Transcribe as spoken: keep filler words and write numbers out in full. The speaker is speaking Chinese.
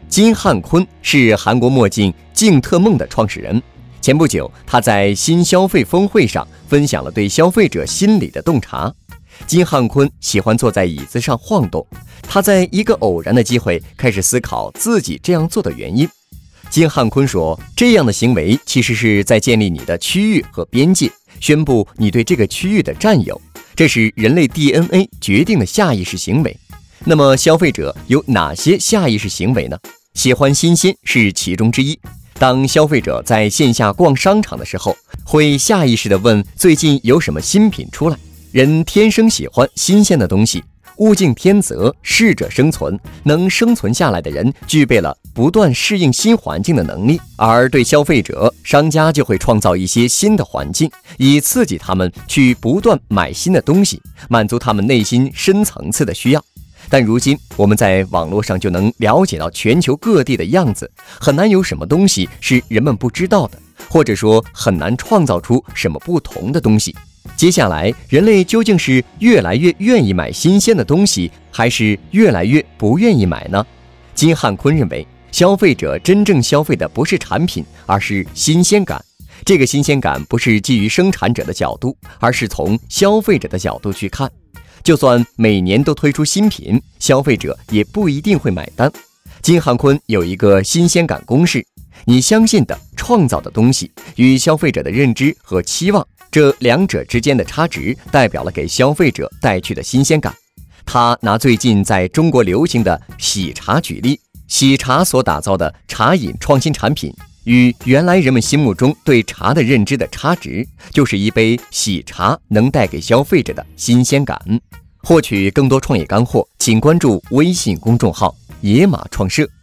金汉坤是韩国墨镜净特梦的创始人。前不久，他在新消费峰会上分享了对消费者心理的洞察。金汉坤喜欢坐在椅子上晃动，他在一个偶然的机会开始思考自己这样做的原因。金汉坤说，这样的行为其实是在建立你的区域和边界，宣布你对这个区域的占有，这是人类 D N A 决定的下意识行为。那么消费者有哪些下意识行为呢？喜欢新鲜是其中之一。当消费者在线下逛商场的时候，会下意识地问最近有什么新品出来。人天生喜欢新鲜的东西，物竞天择，适者生存，能生存下来的人具备了不断适应新环境的能力。而对消费者，商家就会创造一些新的环境，以刺激他们去不断买新的东西，满足他们内心深层次的需要。但如今我们在网络上就能了解到全球各地的样子，很难有什么东西是人们不知道的，或者说很难创造出什么不同的东西。接下来，人类究竟是越来越愿意买新鲜的东西，还是越来越不愿意买呢？金汉坤认为，消费者真正消费的不是产品，而是新鲜感。这个新鲜感不是基于生产者的角度，而是从消费者的角度去看。就算每年都推出新品，消费者也不一定会买单。金汉坤有一个新鲜感公式：你相信的、创造的东西与消费者的认知和期望，这两者之间的差值代表了给消费者带去的新鲜感。他拿最近在中国流行的喜茶举例，喜茶所打造的茶饮创新产品，与原来人们心目中对茶的认知的差值，就是一杯喜茶能带给消费者的新鲜感。获取更多创业干货，请关注微信公众号“野马创社”。